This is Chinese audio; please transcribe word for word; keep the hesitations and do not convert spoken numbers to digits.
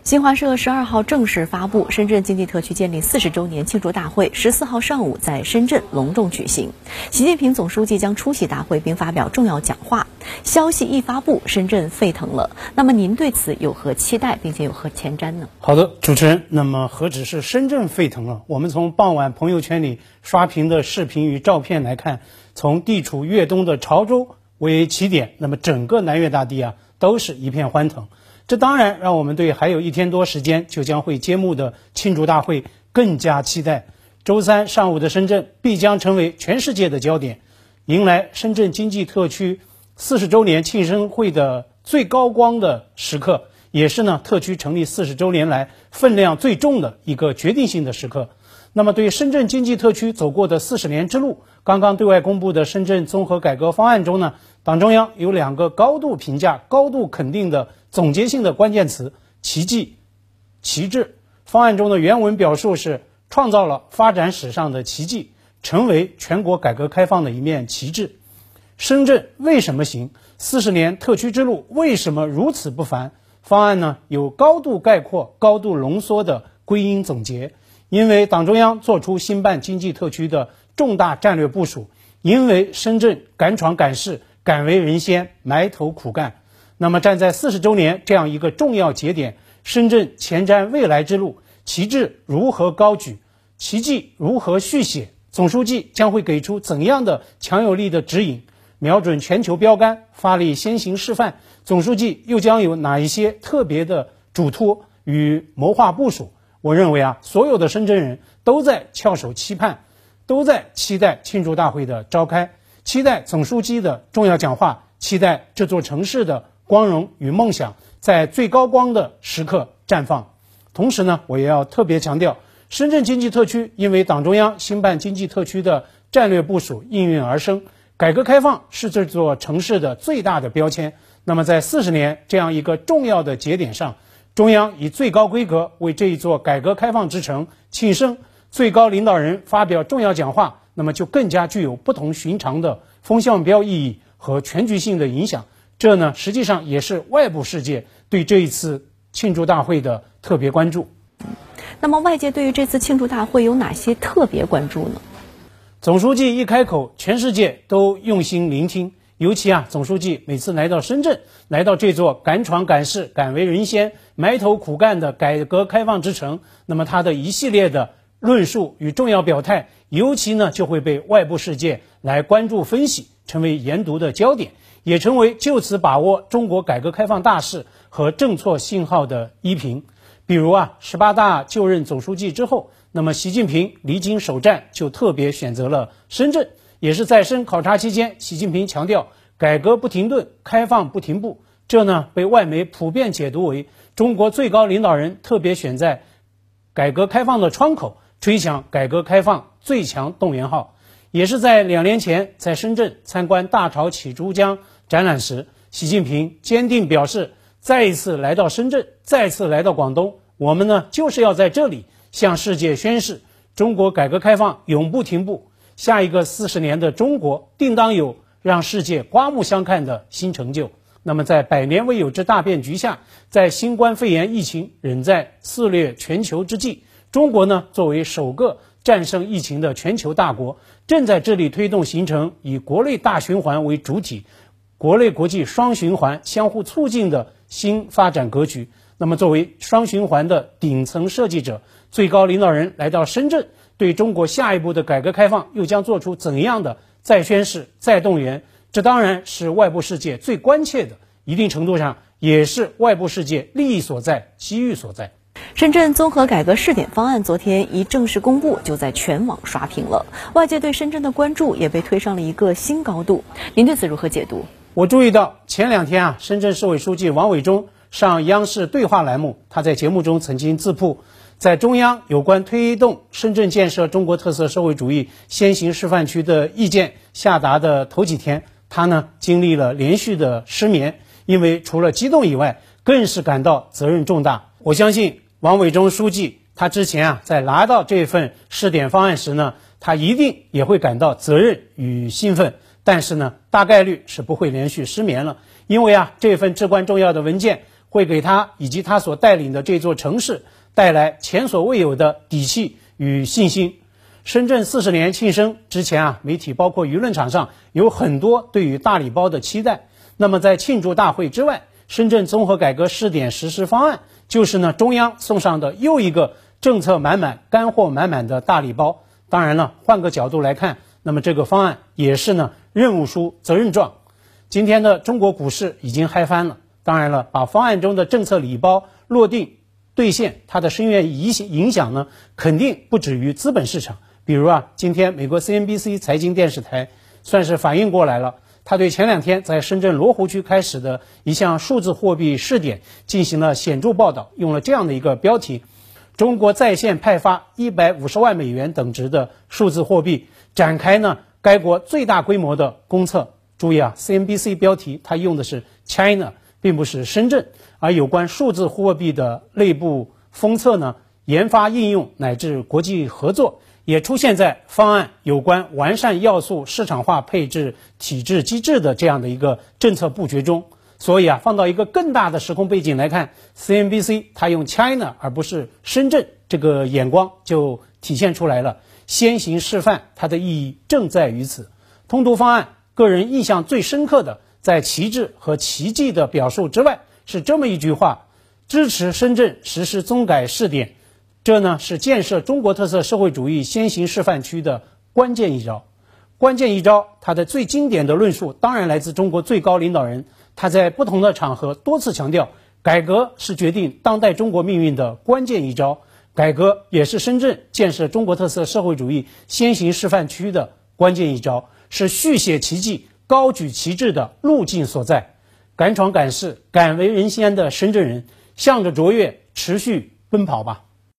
新华社十二号正式发布，深圳经济特区建立四十周年庆祝大会十四号上午在深圳隆重举行。习近平总书记将出席大会并发表重要讲话。消息一发布，深圳沸腾了。那么您对此有何期待，并且有何前瞻呢？ 好的，主持人，那么何止是深圳沸腾了？我们从傍晚朋友圈里刷屏的视频与照片来看，从地处粤东的潮州为起点，那么整个南粤大地啊都是一片欢腾。这当然让我们对还有一天多时间就将会揭幕的庆祝大会更加期待。周三上午的深圳必将成为全世界的焦点，迎来深圳经济特区四十周年庆生会的最高光的时刻，也是呢特区成立四十周年来分量最重的一个决定性的时刻。那么对深圳经济特区走过的四十年之路，刚刚对外公布的深圳综合改革方案中呢，党中央有两个高度评价、高度肯定的总结性的关键词：奇迹、旗帜。方案中的原文表述是创造了发展史上的奇迹，成为全国改革开放的一面旗帜。深圳为什么行？四十年特区之路为什么如此不凡？方案呢有高度概括、高度浓缩的归因总结。因为党中央做出新办经济特区的重大战略部署，因为深圳敢闯敢试、敢为人先、埋头苦干。那么站在四十周年这样一个重要节点，深圳前瞻未来之路，旗帜如何高举，奇迹如何续写，总书记将会给出怎样的强有力的指引？瞄准全球标杆，发力先行示范，总书记又将有哪一些特别的嘱托与谋划部署？我认为啊，所有的深圳人都在翘首期盼，都在期待庆祝大会的召开，期待总书记的重要讲话，期待这座城市的光荣与梦想在最高光的时刻绽放。同时呢，我也要特别强调，深圳经济特区因为党中央新办经济特区的战略部署应运而生，改革开放是这座城市的最大的标签。那么在四十年这样一个重要的节点上，中央以最高规格为这一座改革开放之城庆生，最高领导人发表重要讲话，那么就更加具有不同寻常的风向标意义和全局性的影响。这呢，实际上也是外部世界对这一次庆祝大会的特别关注。 那么外界对于这次庆祝大会有哪些特别关注呢？ 总书记一开口，全世界都用心聆听。尤其啊，总书记每次来到深圳，来到这座敢闯敢试、敢为人先、埋头苦干的改革开放之城，那么他的一系列的论述与重要表态，尤其呢就会被外部世界来关注分析，成为研读的焦点，也成为就此把握中国改革开放大势和政策信号的依凭。比如啊，十八大就任总书记之后，那么习近平离京首战就特别选择了深圳。也是在深考察期间，习近平强调改革不停顿，开放不停步，这呢被外媒普遍解读为中国最高领导人特别选在改革开放的窗口吹响改革开放最强动员号。也是在两年前在深圳参观大潮起珠江展览时，习近平坚定表示，再一次来到深圳，再次来到广东，我们呢就是要在这里向世界宣示中国改革开放永不停步，下一个四十年的中国定当有让世界刮目相看的新成就。那么在百年未有之大变局下，在新冠肺炎疫情仍在肆虐全球之际，中国呢作为首个战胜疫情的全球大国，正在致力推动形成以国内大循环为主体，国内国际双循环相互促进的新发展格局。那么作为双循环的顶层设计者，最高领导人来到深圳，对中国下一步的改革开放又将做出怎样的再宣示、再动员？这当然是外部世界最关切的，一定程度上也是外部世界利益所在、机遇所在。 深圳综合改革试点方案昨天一正式公布，就在全网刷屏了，外界对深圳的关注也被推上了一个新高度。您对此如何解读？ 我注意到前两天啊，深圳市委书记王伟忠上央视对话栏目，他在节目中曾经自曝，在中央有关推动深圳建设中国特色社会主义先行示范区的意见下达的头几天，他呢经历了连续的失眠，因为除了激动以外，更是感到责任重大。我相信王伟忠书记他之前啊在拿到这份试点方案时呢，他一定也会感到责任与兴奋，但是呢大概率是不会连续失眠了，因为啊这份至关重要的文件会给他以及他所带领的这座城市带来前所未有的底气与信心。深圳四十年庆生之前啊，媒体包括舆论场上有很多对于大礼包的期待。那么在庆祝大会之外，深圳综合改革试点实施方案就是呢中央送上的又一个政策满满、干货满满的大礼包。当然了，换个角度来看，那么这个方案也是呢任务书、责任状。今天的中国股市已经嗨翻了。当然了，把方案中的政策礼包落定兑现，它的深远影响呢，肯定不止于资本市场。比如啊，今天美国 C N B C 财经电视台算是反应过来了，他对前两天在深圳罗湖区开始的一项数字货币试点进行了显著报道，用了这样的一个标题：中国在线派发一百五十万美元等值的数字货币，展开呢该国最大规模的公测。注意啊 ，C N B C 标题它用的是 China， 并不是深圳，而有关数字货币的内部封测呢、研发应用乃至国际合作，也出现在方案有关完善要素市场化配置体制机制的这样的一个政策布局中。所以啊，放到一个更大的时空背景来看 ，C N B C 它用 China 而不是深圳，这个眼光就体现出来了。先行示范，它的意义正在于此。通读方案，个人印象最深刻的，在旗帜和奇迹的表述之外，是这么一句话：支持深圳实施综改试点。这呢是建设中国特色社会主义先行示范区的关键一招。关键一招，它的最经典的论述当然来自中国最高领导人，他在不同的场合多次强调，改革是决定当代中国命运的关键一招，改革也是深圳建设中国特色社会主义先行示范区的关键一招，是续写奇迹、高举旗帜的路径所在。敢闯敢试、敢为人先的深圳人，向着卓越持续奔跑吧。